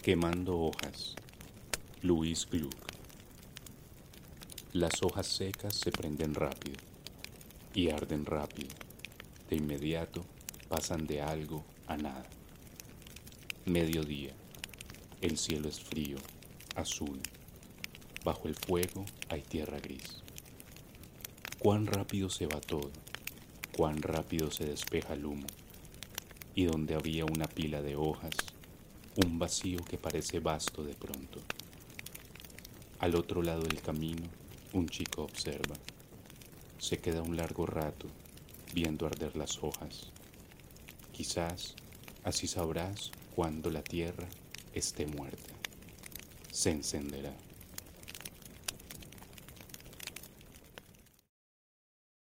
Quemando hojas, Louis Gluck. Las hojas secas se prenden rápido y arden rápido. De inmediato pasan de algo a nada. Mediodía. El cielo es frío, azul. Bajo el fuego hay tierra gris. Cuán rápido se va todo, cuán rápido se despeja el humo. Y donde había una pila de hojas, un vacío que parece vasto de pronto. Al otro lado del camino, un chico observa. Se queda un largo rato viendo arder las hojas. Quizás así sabrás cuando la tierra esté muerta. Se encenderá.